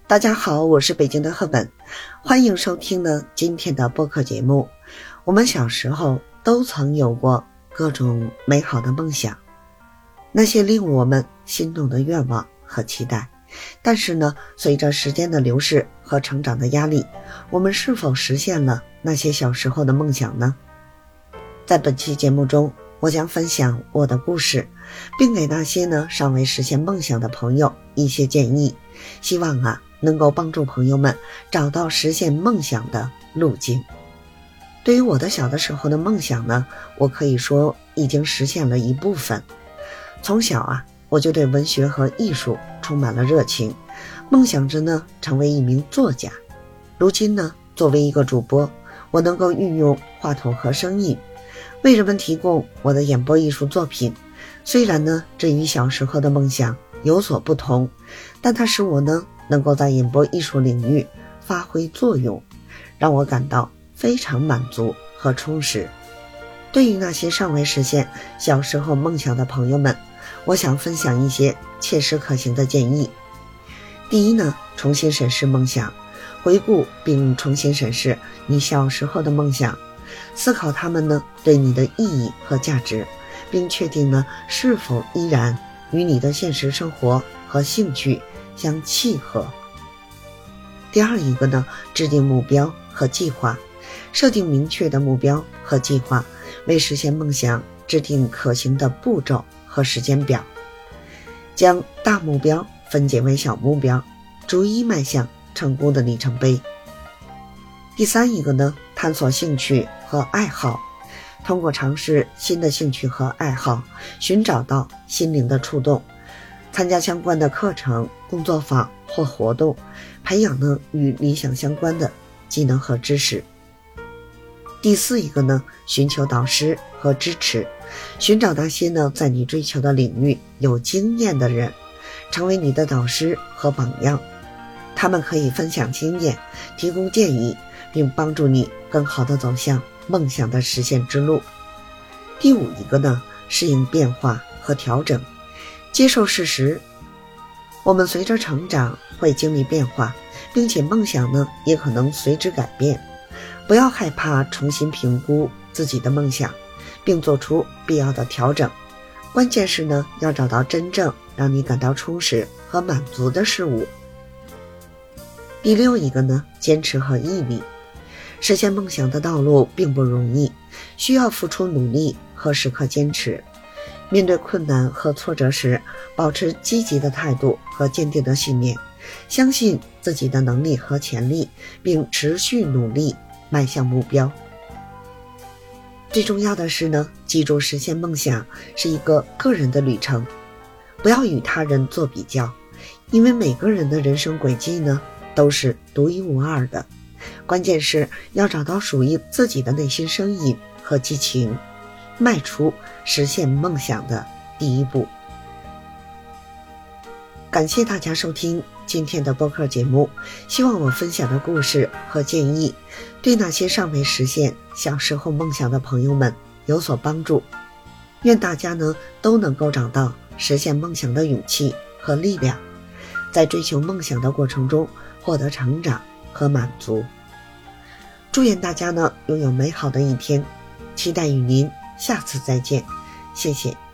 大家好，我是北京的赫本，欢迎收听今天的播客节目。我们小时候都曾有过各种美好的梦想，那些令我们心动的愿望和期待。但是随着时间的流逝和成长的压力，我们是否实现了那些小时候的梦想呢？在本期节目中，我将分享我的故事，并给那些尚未实现梦想的朋友一些建议，希望能够帮助朋友们找到实现梦想的路径。对于我的小的时候的梦想我可以说已经实现了一部分。从小我就对文学和艺术充满了热情，梦想着成为一名作家。如今作为一个主播，我能够运用话筒和声音为人们提供我的演播艺术作品。虽然这与小时候的梦想有所不同，但它使我能够在演播艺术领域发挥作用，让我感到非常满足和充实。对于那些尚未实现小时候梦想的朋友们，我想分享一些切实可行的建议。第一重新审视梦想，回顾并重新审视你小时候的梦想，思考它们对你的意义和价值，并确定是否依然与你的现实生活和兴趣相契合。第二一个制定目标和计划，设定明确的目标和计划，为实现梦想制定可行的步骤和时间表，将大目标分解为小目标，逐一迈向成功的里程碑。第三一个探索兴趣和爱好，通过尝试新的兴趣和爱好，寻找到心灵的触动，参加相关的课程、工作坊或活动，培养与理想相关的技能和知识。第四一个寻求导师和支持，寻找那些在你追求的领域有经验的人，成为你的导师和榜样。他们可以分享经验，提供建议，并帮助你更好地走向梦想的实现之路。第五一个适应变化和调整，接受事实，我们随着成长会经历变化，并且梦想也可能随之改变。不要害怕重新评估自己的梦想，并做出必要的调整。关键是要找到真正让你感到充实和满足的事物。第六一个坚持和毅力。实现梦想的道路并不容易，需要付出努力和时刻坚持。面对困难和挫折时，保持积极的态度和坚定的信念，相信自己的能力和潜力，并持续努力迈向目标。最重要的是记住实现梦想是一个个人的旅程，不要与他人做比较，因为每个人的人生轨迹都是独一无二的。关键是要找到属于自己的内心声音和激情，迈出实现梦想的第一步。感谢大家收听今天的播客节目，希望我分享的故事和建议对那些尚未实现小时候梦想的朋友们有所帮助。愿大家都能够找到实现梦想的勇气和力量，在追求梦想的过程中获得成长和满足。祝愿大家拥有美好的一天，期待与您下次再见，谢谢。